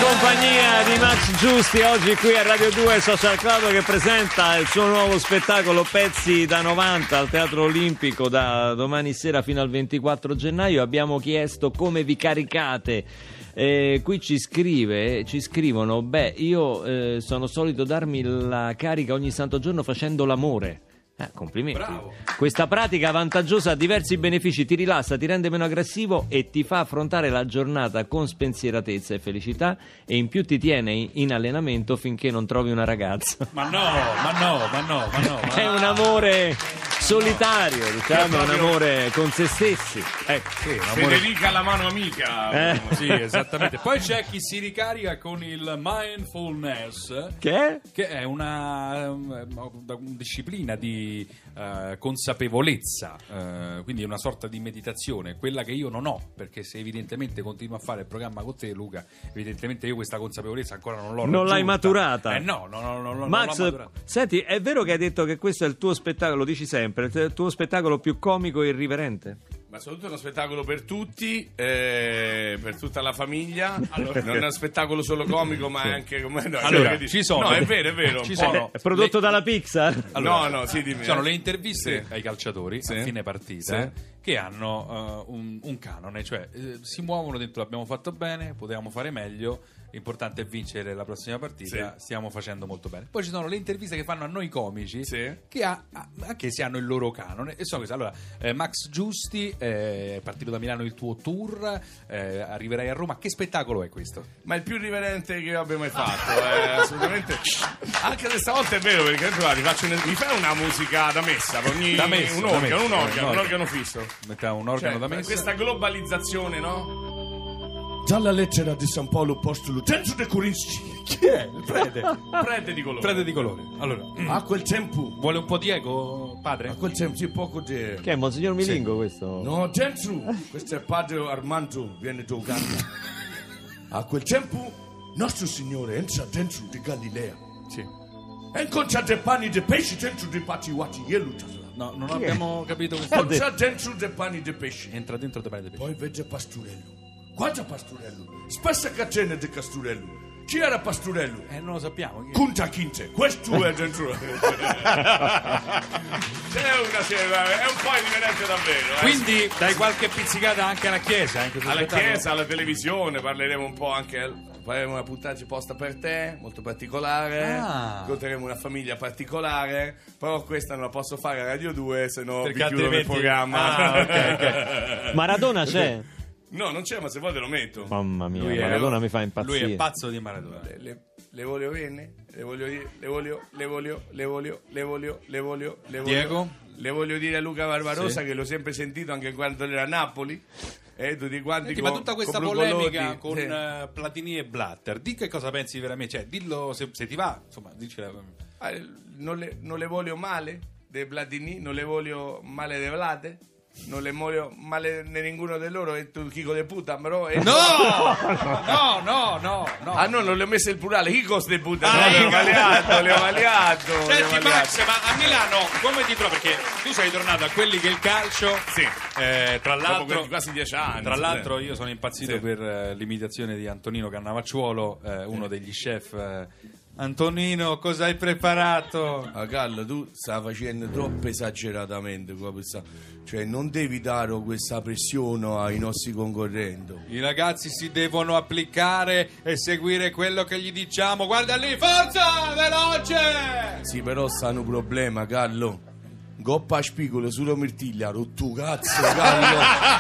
compagnia di Max Giusti oggi qui a Radio 2 Social Club, che presenta il suo nuovo spettacolo Pezzi da 90 al Teatro Olimpico da domani sera fino al 24 gennaio. Abbiamo chiesto come vi caricate. Qui ci scrivono: io sono solito darmi la carica ogni santo giorno facendo l'amore. Complimenti. Bravo. Questa pratica vantaggiosa ha diversi benefici: ti rilassa, ti rende meno aggressivo e ti fa affrontare la giornata con spensieratezza e felicità, e in più ti tiene in allenamento finché non trovi una ragazza. Ma no. È un amore solitario, diciamo, un amore con se stessi. Sì, un amore... Federica la mano amica. Sì, esattamente. Poi c'è chi si ricarica con il mindfulness, Che è una disciplina di consapevolezza, quindi è una sorta di meditazione, quella che io non ho, perché se evidentemente continuo a fare il programma con te, Luca, evidentemente io questa consapevolezza ancora non l'ho raggiunta. l'hai maturata. No, non Max, l'ho maturata. senti, è vero che hai detto che questo è il tuo spettacolo, lo dici sempre, il tuo spettacolo più comico e irriverente? Ma soprattutto è uno spettacolo per tutti, per tutta la famiglia. Allora, non è uno spettacolo solo comico, ma è anche come... No, allora, ci sono. No, è vero. Ci sono. È prodotto dalla Pixar? Allora, no, sì, dimmi. Ci sono le interviste Sì. ai calciatori Sì. a fine partita, Sì. che hanno un canone, cioè si muovono dentro l'abbiamo fatto bene, potevamo fare meglio, l'importante è vincere la prossima partita, Sì. stiamo facendo molto bene. Poi ci sono le interviste che fanno a noi comici, Sì. che anche se hanno il loro canone, e sono queste. Allora, Max Giusti, è partito da Milano il tuo tour, arriverai a Roma, che spettacolo è questo? Ma il più riverente che io abbia mai fatto, assolutamente. Anche se stavolta è vero, perché mi fai una musica da messa, per ogni Da messa, un organo fisso. Mettiamo un organo Cioè, da messa. questa globalizzazione, no? Dalla lettera di San Paolo Apostolo dentro dei Corinzi. Chi è? Il prete. Prete di colore. Prete di colore. Allora, A quel tempo, vuole un po' di eco, padre? a quel tempo, sì, poco di... Che è Monsignor Milingo questo? No, dentro, questo è padre Armando, viene da Uganda. A quel tempo, nostro Signore entra dentro di Galilea Sì. e incontra dei pani e dei pesci dentro dei patiwati. E lui No, non abbiamo capito questo. incontra dentro dei pani e dei pesci. Entra dentro te dei pesci. Poi vede Pasturello. Guarda Pasturello, spessa catena di Casturello. Chi era Pasturello? Non lo sappiamo. Chi è? Kunta Kinte, questo è dentro. È un po' irriverente davvero. Quindi dai qualche pizzicata anche alla chiesa. In questo Alla spettacolo? chiesa, alla televisione, parleremo un po' anche. Faremo una puntata posta per te, molto particolare. Incontreremo una famiglia particolare. Però questa non la posso fare a Radio 2, se no vi Perché chiudo il altrimenti- programma. ok. Maradona c'è? No, non c'è, ma se vuoi te lo metto. Mamma mia, Lui è- Maradona mi fa Lui impazzire. è pazzo di Maradona. Le voglio bene, le voglio Diego? Le voglio dire a Luca Barbarossa Sì. che l'ho sempre sentito anche quando era a Napoli. Tutti quanti Senti, ma tutta questa polemica con Sì. Platini e Blatter, di che cosa pensi veramente? Cioè, dillo se ti va, insomma, dicela. Non le voglio male dei Platini, non le voglio male dei Vlade, non le voglio male di ninguno di loro, e tu chico de puta, però... No! Ah no, non le ho messo il plurale, chicos de puta, Ah, le ho valiato. Senti Max, ma a Milano come ti trovi? Perché tu sei tornato a quelli che è il calcio. Sì. Tra Dopo l'altro, quasi 10 anni. tra l'altro io sono impazzito Sì. per l'imitazione di Antonino Cannavacciuolo, uno degli chef. Antonino, cosa hai preparato? Ah, Gallo, tu stai facendo troppo esageratamente qua, cioè non devi dare questa pressione ai nostri concorrenti. I ragazzi si devono applicare e seguire quello che gli diciamo. Guarda lì, forza, veloce! Sì, però stanno un problema, Gallo. Goppa a spigolo sulla mirtiglia, rotto cazzo, Gallo.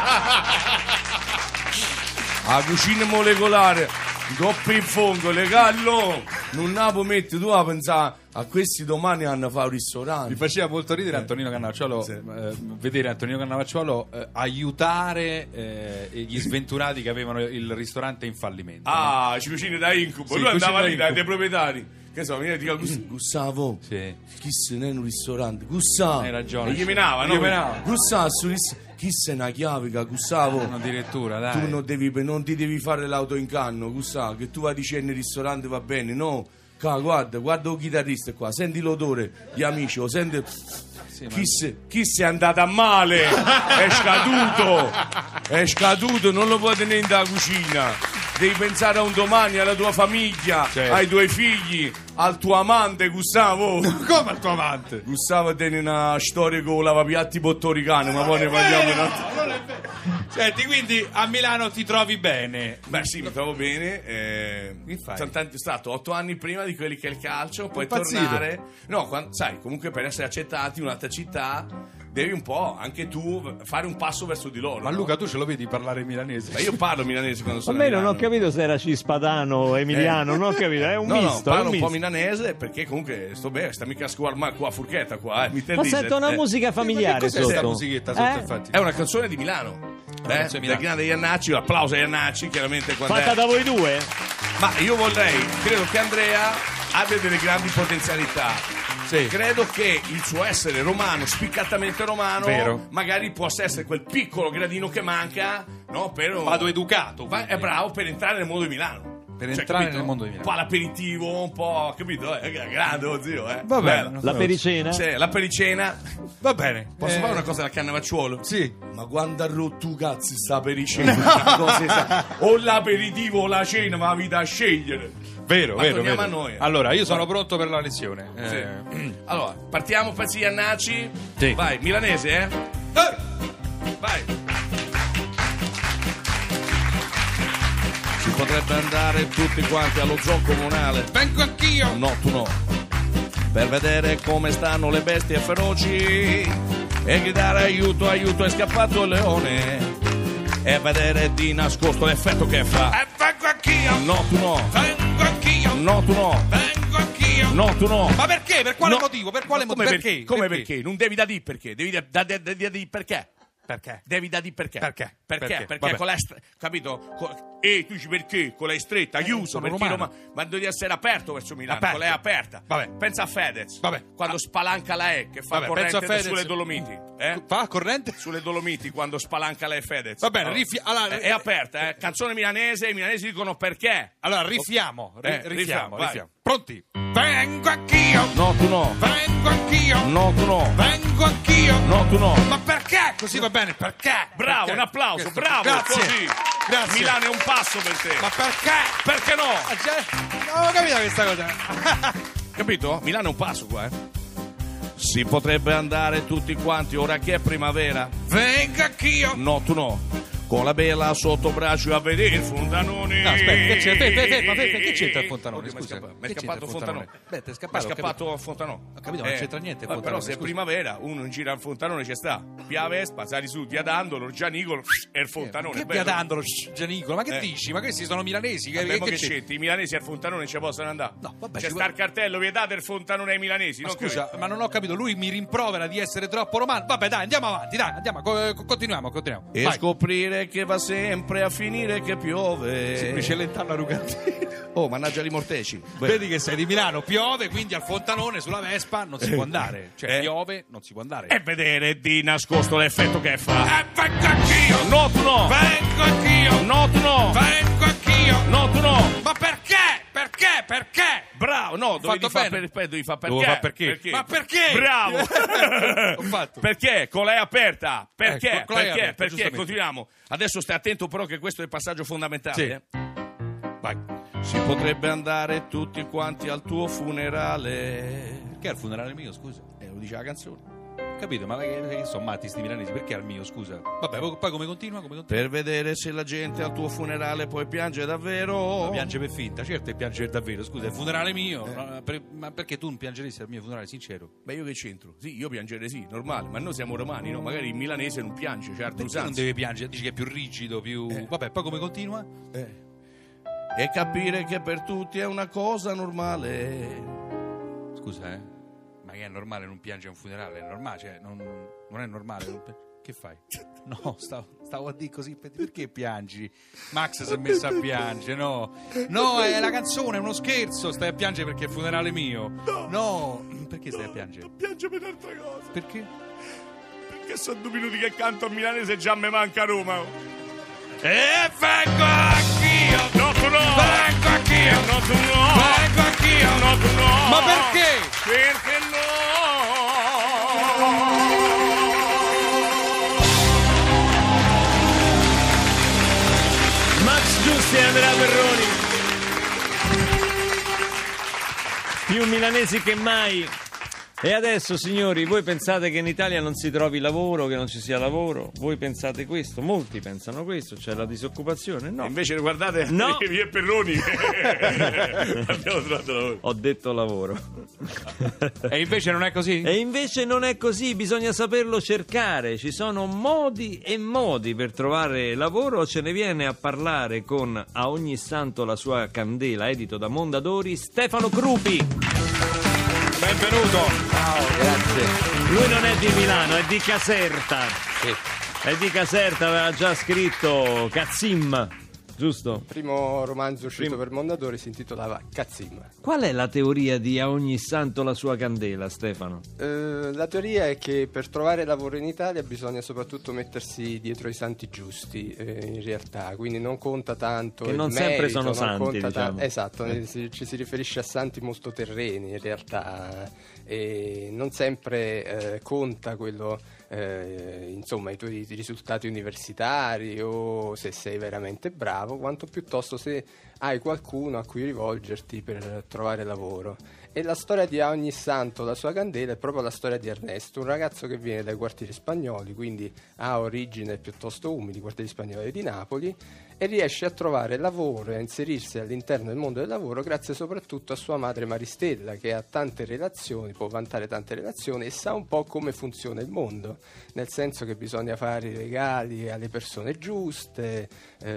La cucina molecolare, goppa in fungole, Gallo. Non la puoi mettere, tu a pensare a questi domani hanno fatto un ristorante. Mi faceva molto ridere Antonino Cannavacciuolo, vedere Antonino Cannavacciuolo aiutare gli sventurati che avevano il ristorante in fallimento. Ah, ci cucina da incubo. Sì, Lui andava cucina lì da dai incubo. proprietari. Che so, viene e dica Gustavo, Sì. chi se ne è un ristorante? Gustavo. Hai ragione. E gli menava, no? Gli menava. Gustavo, chi se ne ha chiave, Gustavo? Addirittura, dai. Tu non ti devi fare l'auto in canno, Gustavo, che tu vai dicendo il ristorante va bene, no? Guarda il chitarrista qua, senti l'odore, gli amici, senti... Chi si è andato a male? È scaduto, non lo può tenere in da cucina. devi pensare a un domani, alla tua famiglia, Certo. ai tuoi figli, al tuo amante, Gustavo. Come al tuo amante? Gustavo tiene una storia con lavapiatti portoricano, ma poi ne parliamo un altro. Non è vero. Senti, quindi a Milano ti trovi bene? Beh sì, mi trovo bene. Che fai? Sono stato 8 anni prima di quelli che è il calcio, poi Impazzito. tornare. No, sai, comunque per essere accettati in un'altra città devi un po' anche tu fare un passo verso di loro. Ma no? Luca, tu ce lo vedi parlare milanese? Ma io parlo milanese quando A sono me a non ho Milano. capito se era cispadano o emiliano, non ho capito, è un No, misto. parlo è un un po' misto. milanese perché comunque sto bene, sta mica a scuola qua a Furchetta qua, mi Ma sento una musica familiare cos'è sta sotto. musichetta sotto, infatti? È una canzone di Milano. canzone di Da Milano. grande Iannacci, applauso a Iannacci, chiaramente quando Fatta è. da voi due? Ma io credo che Andrea abbia delle grandi potenzialità. Sì. Credo che il suo essere romano, spiccatamente romano, Vero. magari possa essere quel piccolo gradino che manca, no? Vado educato. È bravo per entrare nel mondo di Milano. Per entrare capito? nel mondo di Milano. Un po' l'aperitivo, un po', capito? Grande, oh, zio, Va bene. Bello. La pericena? Sì, la pericena. Va bene. Posso fare una cosa da Cannavacciuolo? Sì. Ma quando ha rotto cazzi sta pericena? O l'aperitivo o la cena, ma la vita a scegliere. Vero, Ma vero, torniamo vero. a noi. Allora, io sono pronto per la lezione. Sì. Allora, partiamo, pezzi Iannacci. Sì. Vai, milanese, Vai. Si potrebbe andare tutti quanti allo zoo comunale. Vengo anch'io. No, tu no. Per vedere come stanno le bestie feroci e gridare aiuto, aiuto, è scappato il leone. E vedere di nascosto l'effetto che fa. E vengo anch'io. No, tu no. Vengo anch'io. No, tu no. Vengo anch'io. No, tu no. Ma perché? Per quale No. motivo? Per quale motivo? Come Perché? Come perché? Non devi da di perché, devi da di perché. Perché? Devi da di perché. Perché? Perché? Vabbè. Perché con la capito? Tu dici perché? Con la stretta, aiuto, sono perché romano. ma devi essere aperto verso Milano, Aperto. con lei aperta. Vabbè. Pensa a Fedez. Vabbè. Quando spalanca la E, che fa Vabbè, corrente penso a Fedez. sulle Dolomiti. Fa corrente? Sulle Dolomiti quando spalanca lei Fedez. Va bene, Allora, allora, è aperta, canzone milanese, i milanesi dicono perché. Allora, rifiamo. rifiamo, vai. Rifiamo. Pronti? Vengo anch'io. No, tu no. Vengo anch'io. No, tu no. Vengo anch'io. No, tu no. Ma perché? Così va bene, perché? Bravo, Perché? un applauso, Questo- bravo, Grazie. così. Grazie. Milano è un passo per te. Ma perché? Perché no? Non ho capito questa cosa. Capito? Milano è un passo qua, Si potrebbe andare tutti quanti ora che è primavera. Vengo anch'io. No, tu no. Con la bella sotto braccio a vedere il fontanone. No, aspetta, che c'entra il Fontanone? Oddio, Scusa, mi è che scappato c'entra il Fontanone. Beh, ti è Mi scappato, è ho scappato Fontanone. Ho capito, ma non c'entra niente il Però Fontanone, se è scusa. primavera, uno in giro al Fontanone ci sta. Pia Vespa, sali su, via Dandolo, Gianicolo e il Fontanone. Che è via bello. Dandolo, Gianicolo? Ma che dici? Ma questi sono milanesi? Abbiamo che c'è? scetti, i milanesi al Fontanone ci possono andare. No, vabbè, c'è ci sta il cartello, vietate il Fontanone ai milanesi. Ma non scusa, capito? ma non ho capito, lui mi rimprovera di essere troppo romano. Vabbè, dai, andiamo avanti, dai, andiamo, continuiamo. E Vai. scoprire che va sempre a finire che piove. Mi Celentano Rugantino. Oh, mannaggia li morteci. Vedi che sei di Milano, piove, quindi al Fontanone sulla Vespa non si può andare. Cioè, piove, non si può andare. E vedere di nascosto l'effetto che fa. Vengo anch'io! No, tu no. Vengo anch'io! No, tu no. Vengo anch'io! No, tu no. Ma perché? Perché? Perché? Bravo, no, dovevi fatto fare bene. devi fare perché. Devo fare perché. Ma perché? Bravo. Ho fatto. Perché? Con lei aperta. Perché? con lei Perché? aperta, Perché? giustamente. Continuiamo. Adesso stai attento però che questo è il passaggio fondamentale. Sì. Vai. Si potrebbe andare tutti quanti al tuo funerale. Perché al funerale mio, scusa? Lo dice la canzone. Ho capito, ma che sono matti sti milanesi? Perché al mio, scusa? Vabbè, poi come continua? Per vedere se la gente al tuo funerale poi piange davvero. Ma piange per finta, certo è piangere davvero. Scusa, è il funerale mio. No, ma perché tu non piangeresti al mio funerale, sincero? Beh, io che c'entro? Sì, io piangere sì, normale, ma noi siamo romani, no? Magari il milanese non piange, c'è altre Perché non usanze. deve piangere? Dici che è più rigido, più... Vabbè, poi come continua? E capire che per tutti è una cosa normale. Scusa, ma che è normale non piangere a un funerale? È normale, cioè, non è normale. Che fai? No, stavo a dire così, perché piangi? Max si è messo a piangere, no. No, è la canzone, è uno scherzo, stai a piangere perché è il funerale mio. No, perché stai a piangere? Piange per altre cose. Perché? Perché sono 2 minuti che canto a milanese e già me manca Roma. E vengo anch'io! No, tu no! Vengo anch'io! No, tu no! Vengo anch'io! No, tu no! Ma perché? Perché no? Max Giusti Grazie Andrea Perroni. Più milanesi che mai. E adesso, signori, voi pensate che in Italia non si trovi lavoro, che non ci sia lavoro? Voi pensate questo? Molti pensano questo, c'è la disoccupazione? No. Invece guardate, no. Via Perroni. Abbiamo trovato lavoro. Ho detto lavoro. E invece non è così? E invece non è così, bisogna saperlo cercare. Ci sono modi e modi per trovare lavoro. Ce ne viene a parlare con A ogni santo la sua candela, edito da Mondadori, Stefano Crupi. Benvenuto. Ciao, grazie. Lui non è di Milano, è di Caserta. Sì. È di Caserta, aveva già scritto Cazzim, giusto? Il primo romanzo uscito per Mondadori si intitolava Cazzim. Qual è la teoria di A ogni santo la sua candela, Stefano? La teoria è che per trovare lavoro in Italia bisogna soprattutto mettersi dietro i santi giusti, in realtà, quindi non conta tanto che il non merito, sempre sono non santi, conta diciamo. Esatto, ci si riferisce a santi molto terreni in realtà, e non sempre conta quello, insomma, i tuoi risultati universitari o se sei veramente bravo, quanto piuttosto se hai qualcuno a cui rivolgerti per trovare lavoro. E la storia di A ogni santo la sua candela è proprio la storia di Ernesto, un ragazzo che viene dai quartieri spagnoli, quindi ha origine piuttosto umili, quartieri spagnoli di Napoli, e riesce a trovare lavoro e a inserirsi all'interno del mondo del lavoro grazie soprattutto a sua madre Maristella, che ha tante relazioni, può vantare tante relazioni e sa un po' come funziona il mondo, nel senso che bisogna fare i regali alle persone giuste,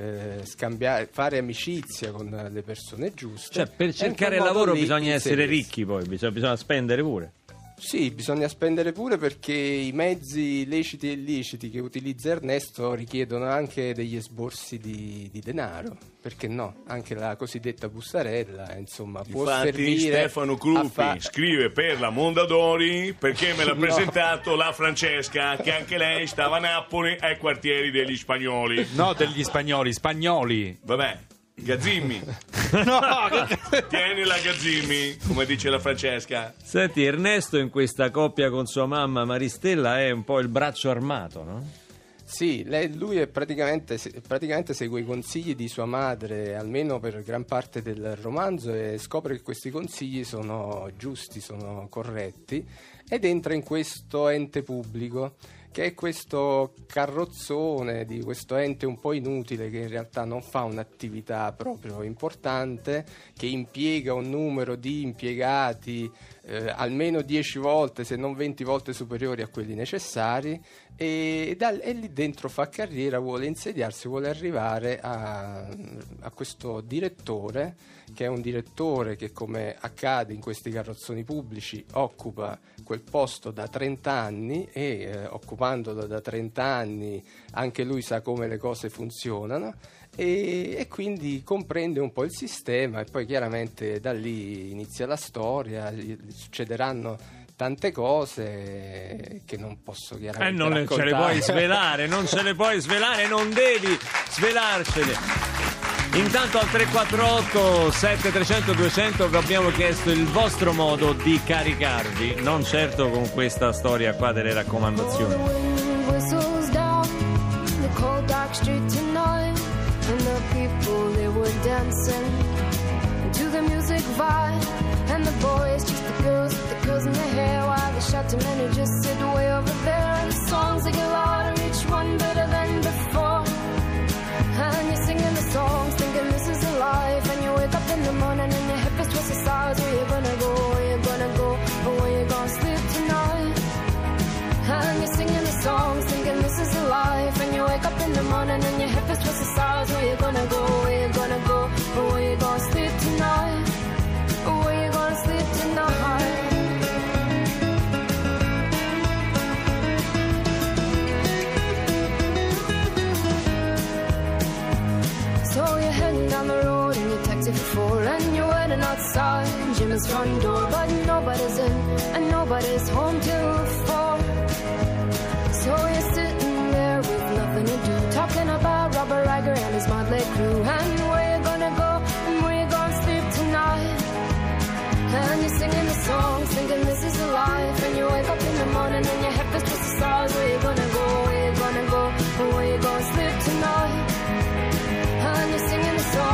fare amicizia con le persone giuste. Cioè, per cercare lavoro bisogna essere ricchi, poi bisogna spendere pure. Sì, bisogna spendere pure, perché i mezzi leciti e illeciti che utilizza Ernesto richiedono anche degli esborsi di denaro, perché no? Anche la cosiddetta bustarella, insomma, può servire. Stefano Crupi scrive per la Mondadori perché me l'ha presentato la Francesca, che anche lei stava a Napoli ai quartieri degli spagnoli. No, degli spagnoli. Vabbè, Gazzimmi. No, Tieni la Gazzimmi, come dice la Francesca. Senti, Ernesto in questa coppia con sua mamma Maristella è un po' il braccio armato, no? Sì, lui è praticamente segue i consigli di sua madre, almeno per gran parte del romanzo, e scopre che questi consigli sono giusti, sono corretti, ed entra in questo ente pubblico, che è questo carrozzone di questo ente un po' inutile, che in realtà non fa un'attività proprio importante, che impiega un numero di impiegati almeno 10 volte, se non 20 volte superiori a quelli necessari, e lì dentro fa carriera, vuole insediarsi, vuole arrivare a questo direttore, che è un direttore che, come accade in questi carrozzoni pubblici, occupa quel posto da 30 anni e occupandolo da 30 anni anche lui sa come le cose funzionano, e quindi comprende un po' il sistema, e poi chiaramente da lì inizia la storia, succederanno tante cose che non posso chiaramente non raccontare. ce le puoi svelare, non devi svelarcele. Intanto al 348 7300 200 vi abbiamo chiesto il vostro modo di caricarvi, non certo con questa storia qua delle raccomandazioni. And the boys, just the girls with the curls in their hair, while the shouting men who just sit way over there. And the songs they get louder, each one better than before. And you're singing the songs, thinking this is a life. And you wake up in the morning and your hip is twisted sides. Where you gonna go, where you gonna go, or where you gonna sleep tonight? And you're singing the songs, thinking this is a life. And you wake up in the morning and your hip is twisted sides. Where you gonna go, where you gonna go, or where you gonna sleep tonight? Where you gonna sleep tonight? So you're heading down the road in your taxi for 4, and you're waiting outside Jim's front door, but nobody's in and nobody's home till 4. So you're sitting there with nothing to do, talking about Robert Riger and his motley crew, and where you gonna go and where you gonna sleep tonight? And you're singing the songs, thinking this is a life. And you wake up in the morning and your head is just the stars. Where you gonna go, where you gonna go, or where you gonna sleep tonight? And you're singing the songs.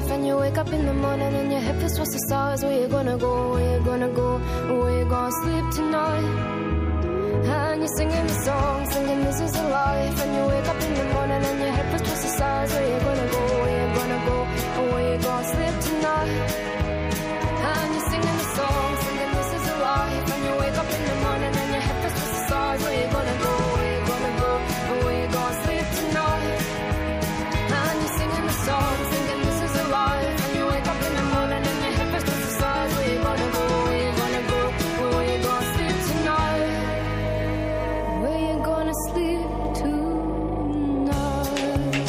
life, and you wake up in the morning and your head feels towards the stars. Where you gonna go, where you gonna go, where you gonna sleep tonight? And you're singing the song, singing this is a life. And you wake up in the morning and your head feels towards the stars. Where you gonna go, where you gonna go, where you gonna sleep tonight? And you're singing the song, singing this is a life. And you wake up in the morning and your head feels towards the stars. Where you gonna go, where you gonna go, where you gonna sleep tonight? And you're singing the song, singing this is a life. And you wake up in the morning and your head feels towards the stars. Where you gonna go, where you gonna go, where you gonna sleep tonight? Where you gonna sleep tonight?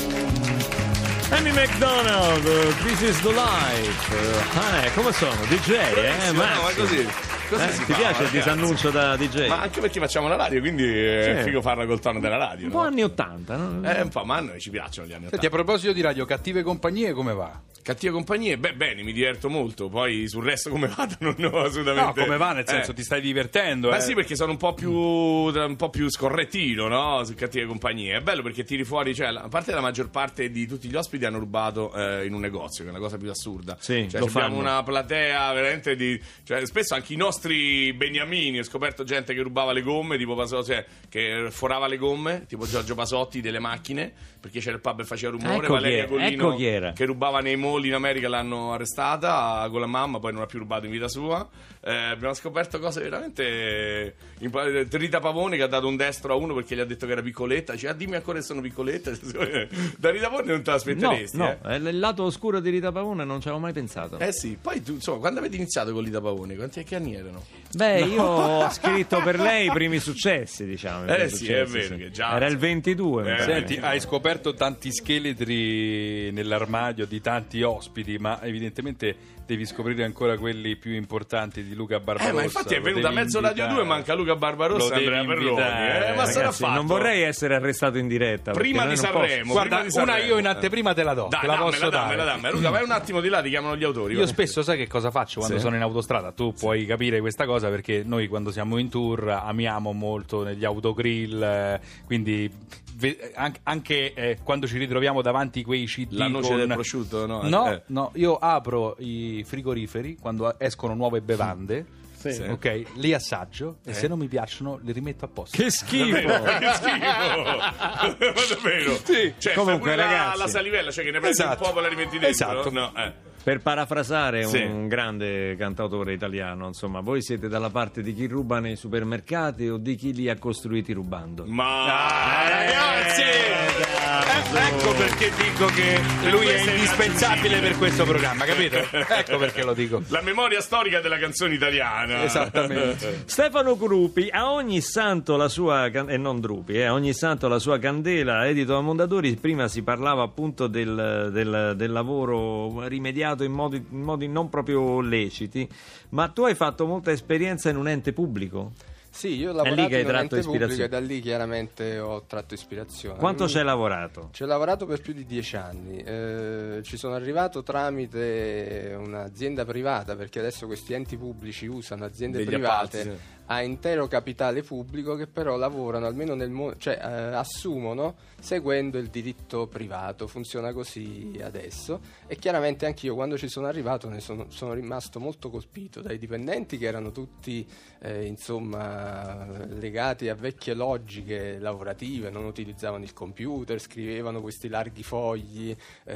Amy McDonald, This is the Life. Come sono? DJ, No, ma così. Così si ti fa, piace il ragazzi. disannuncio da DJ? Ma anche perché facciamo la radio, quindi è Sì. figo farla col tono della radio. Un po' No? anni 80, no? Un po', ma a noi ci piacciono gli anni Senti, 80. a proposito di radio, Cattive Compagnie, come va? Cattive compagnie, beh, bene, mi diverto molto. Poi sul resto come vado non ho No, assolutamente. come va? Nel senso, ti stai divertendo? Ma sì, perché sono un po' più scorrettino, no? Su Cattive Compagnie. È bello perché tiri fuori, cioè, a parte la maggior parte di tutti gli ospiti hanno rubato in un negozio, che è una cosa più assurda. Sì, cioè, lo abbiamo fanno. una platea veramente di. Cioè, spesso anche i nostri beniamini, ho scoperto gente che rubava le gomme, tipo cioè, che forava le gomme, tipo Giorgio Pasotti delle macchine, perché c'era il pub e faceva rumore. Ecco Valeria chi è, Golino, ecco chi era. che rubava nei mall in America, l'hanno arrestata con la mamma, poi non ha più rubato in vita sua. Abbiamo scoperto cose veramente. Rita Pavone che ha dato un destro a uno perché gli ha detto che era piccoletta. Dice, dimmi ancora che sono piccoletta. Da Rita Pavone non te l'aspetteresti. No, il lato oscuro di Rita Pavone non ci avevo mai pensato. Sì, poi tu, insomma, quando avete iniziato con Rita Pavone, che anni erano? Beh, io ho scritto per lei i primi successi, diciamo. i primi Sì, successi, è vero che già- Era il 22. mi pare. Senti, hai scoperto tanti scheletri nell'armadio di tanti ospiti, ma evidentemente devi scoprire ancora quelli più importanti di Luca Barbarossa. Ma infatti è Lo venuto a devi mezzo Radio invitare. 2, manca Luca Barbarossa e Lo Andrea devi Perroni. invitare. Ma sarà Ragazzi, fatto. non vorrei essere arrestato in diretta. Prima perché di noi non Sanremo. Guarda, prima di Sanremo. una io in anteprima te la do, Dai, te la dammela, posso dare. dammela. Luca, vai un attimo di là, ti chiamano gli autori. Io spesso sai che cosa faccio quando Sì. sono in autostrada? Tu puoi capire questa cosa perché noi quando siamo in tour amiamo molto negli autogrill, quindi anche quando ci ritroviamo davanti quei CD La noce con... del prosciutto, no? No, io apro i frigoriferi quando escono nuove bevande. Sì. Ok, li assaggio e se non mi piacciono li rimetto a posto. Che schifo! Che schifo! Ma davvero? Sì. Cioè, Comunque, fai pure ragazzi. la salivella, cioè che ne prendi Esatto. un po' e la rimetti dentro. Esatto. No? Per parafrasare Sì. un grande cantautore italiano, insomma, voi siete dalla parte di chi ruba nei supermercati o di chi li ha costruiti rubando? Ma Ragazzi! Ecco perché dico che lui è Questo è indispensabile per questo programma, capito? Ecco perché lo dico. la memoria storica della canzone italiana. Esattamente. Stefano Gruppi, a ogni santo la sua e non Drupi, a ogni santo la sua candela, edito da Mondadori. Prima si parlava appunto del lavoro rimediato in modi non proprio leciti, ma tu hai fatto molta esperienza in un ente pubblico. Sì, io ho È lì lavorato che hai in un tratto ente pubblico ispirazione. e da lì chiaramente ho tratto ispirazione. Quanto Quindi ci hai lavorato? ci ho lavorato per più di 10 anni. Ci sono arrivato tramite un'azienda privata, perché adesso questi enti pubblici usano aziende Degli private appalti, sì. a intero capitale pubblico, che però lavorano almeno assumono seguendo il diritto privato. Funziona così adesso, e chiaramente anch'io quando ci sono arrivato sono rimasto molto colpito dai dipendenti, che erano tutti legati a vecchie logiche lavorative, non utilizzavano il computer, scrivevano questi larghi fogli,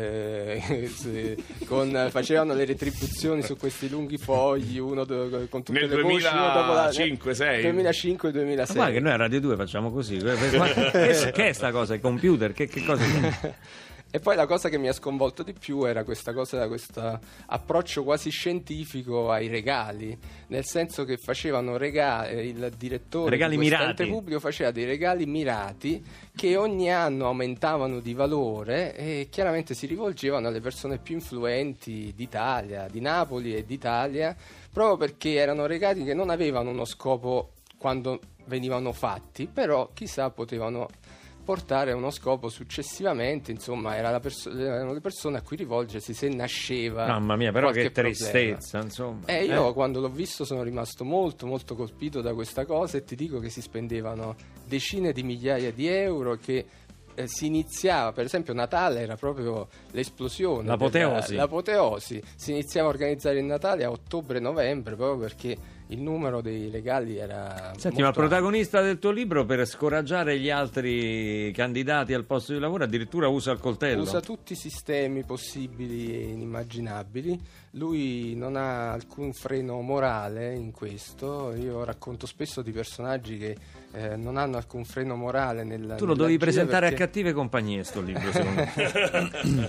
facevano le retribuzioni su questi lunghi fogli, con tutte Nel le voci, uno dopo la- 2005-6. 2005-2006. Guarda che noi a Radio 2 facciamo così. Ma che è sta cosa? Il computer? Che cosa è? E poi la cosa che mi ha sconvolto di più era questo approccio quasi scientifico ai regali, nel senso che facevano il direttore Regali di questo mirati. ente pubblico faceva dei regali mirati che ogni anno aumentavano di valore e chiaramente si rivolgevano alle persone più influenti d'Italia, di Napoli e d'Italia, proprio perché erano regali che non avevano uno scopo quando venivano fatti, però chissà potevano portare a uno scopo successivamente. Insomma, erano le persone a cui rivolgersi se nasceva. Mamma mia, però qualche che tristezza, insomma. Io quando l'ho visto sono rimasto molto molto colpito da questa cosa, e ti dico che si spendevano decine di migliaia di euro, che si iniziava, per esempio Natale era proprio l'esplosione, L'apoteosi. l'apoteosi. Si iniziava a organizzare il Natale a ottobre-novembre proprio perché il numero dei regali era Senti, ma il molto protagonista del tuo libro, per scoraggiare gli altri candidati al posto di lavoro, addirittura usa il coltello. usa tutti i sistemi possibili e inimmaginabili. Lui non ha alcun freno morale in questo. Io racconto spesso di personaggi che non hanno alcun freno morale Tu lo dovevi presentare perché... a cattive compagnie sto libro, secondo me.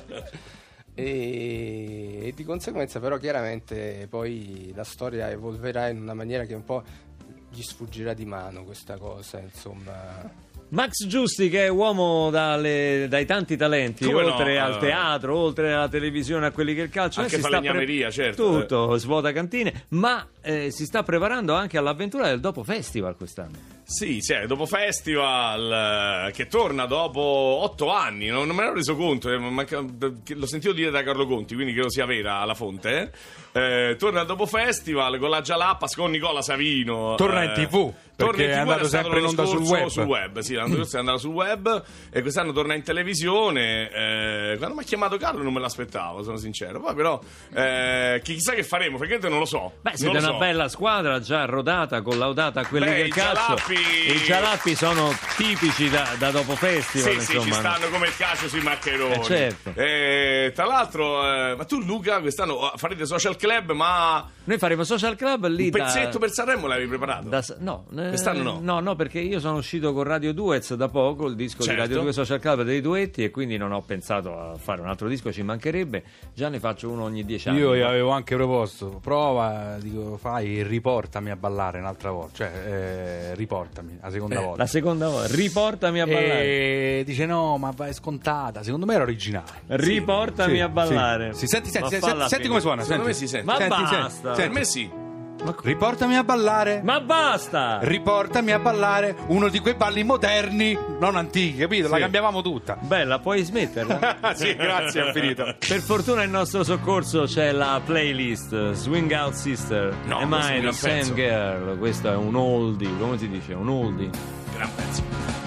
e di conseguenza però chiaramente poi la storia evolverà in una maniera che un po' gli sfuggirà di mano questa cosa, insomma. Max Giusti, che è uomo dai tanti talenti, Come no? oltre al teatro, oltre alla televisione, a quelli che il calcio, Anche si sta falegnameria, certo. tutto, svuota cantine, ma si sta preparando anche all'avventura del Dopo Festival quest'anno. Sì, dopo Festival che torna dopo 8 anni, non me ne ero reso conto, l'ho sentito dire da Carlo Conti, quindi credo sia vera la fonte. Torna dopo Festival con la Jalapas, con Nicola Savino. Torna in TV, perché è andato sempre in onda sul web. Sì, l'anno scorso è andato sul web e quest'anno torna in televisione. Quando mi ha chiamato Carlo non me l'aspettavo, sono sincero. Poi però chissà che faremo, perché non lo so. Beh, siete una bella squadra già rodata, collaudata a quelli del calcio. I Jalappi sono tipici da Dopo Festival, Sì, ci stanno come il calcio sui maccheroni. Certo. Tra l'altro, ma tu Luca quest'anno farete social club, ma Noi faremo social club lì un pezzetto per Sanremo l'avevi preparato? no, Quest'anno no? No, perché io sono uscito con Radio Duets da poco, il disco Certo. di Radio 2 Social Club dei duetti, e quindi non ho pensato a fare un altro disco, ci mancherebbe, già ne faccio uno ogni 10 anni. Io gli avevo anche proposto, prova, dico, riportami a ballare un'altra volta, cioè riportami la seconda volta. La seconda volta, riportami a ballare. E dice no, ma è scontata. Secondo me era originale. Riportami a ballare. Sì, senti Ma falla senti come suona. Secondo me Senti. si sente. Ma Senti, basta. Per me sì. Riportami a ballare. Ma basta! Riportami a ballare uno di quei balli moderni, non antichi, capito? La cambiavamo tutta. Bella, puoi smetterla? Sì, grazie, ho finito. Per fortuna in nostro soccorso c'è la playlist Swing Out Sister. No, Am questo è I un the gran same pezzo. girl? Questo è un oldie, come si dice? Un oldie. Gran pezzo.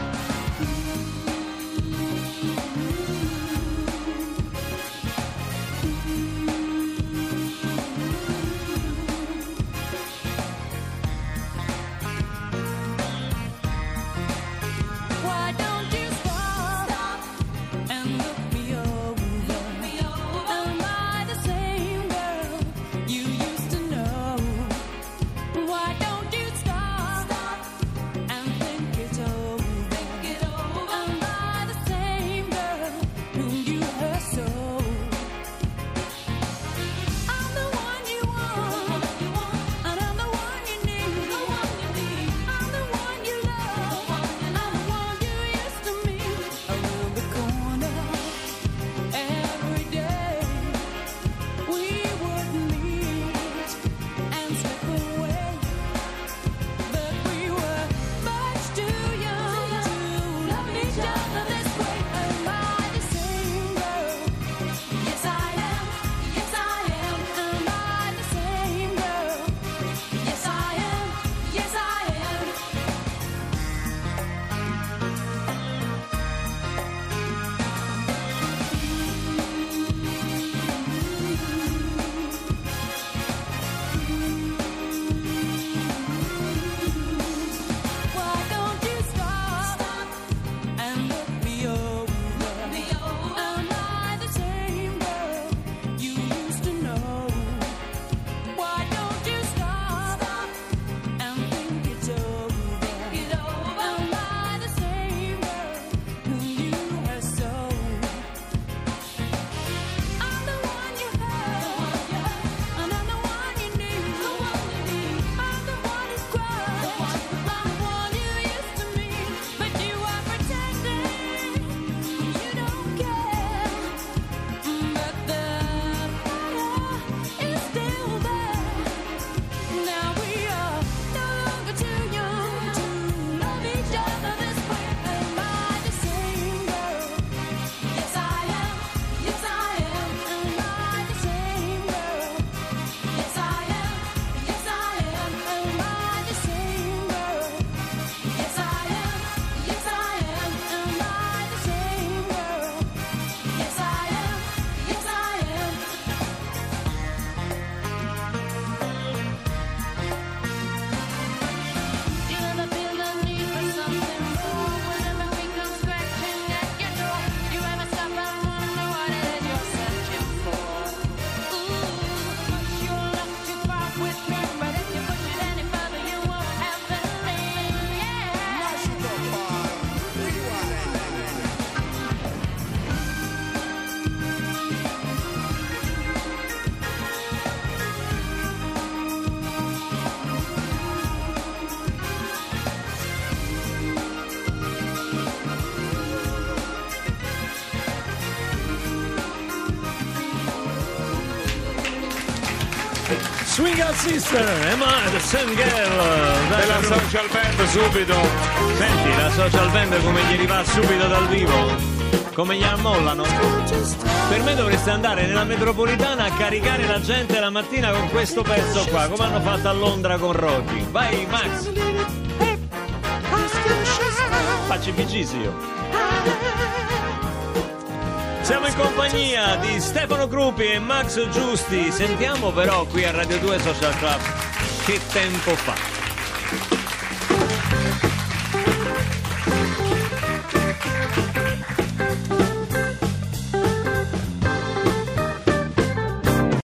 Why don't you stop and look me over? Am I the same girl you used to know? Why don't you stop and think it over? Swing Out Sister, Am I the Same Girl? Dai, Della social band subito. senti, la social band come gli arriva subito dal vivo? Come gli ammollano? Per me dovreste andare nella metropolitana a caricare la gente la mattina con questo pezzo qua, come hanno fatto a Londra con Rocky. Vai Max! Facci BG io. Siamo in compagnia di Stefano Crupi e Max Giusti. Sentiamo però qui a Radio 2 Social Club che tempo fa.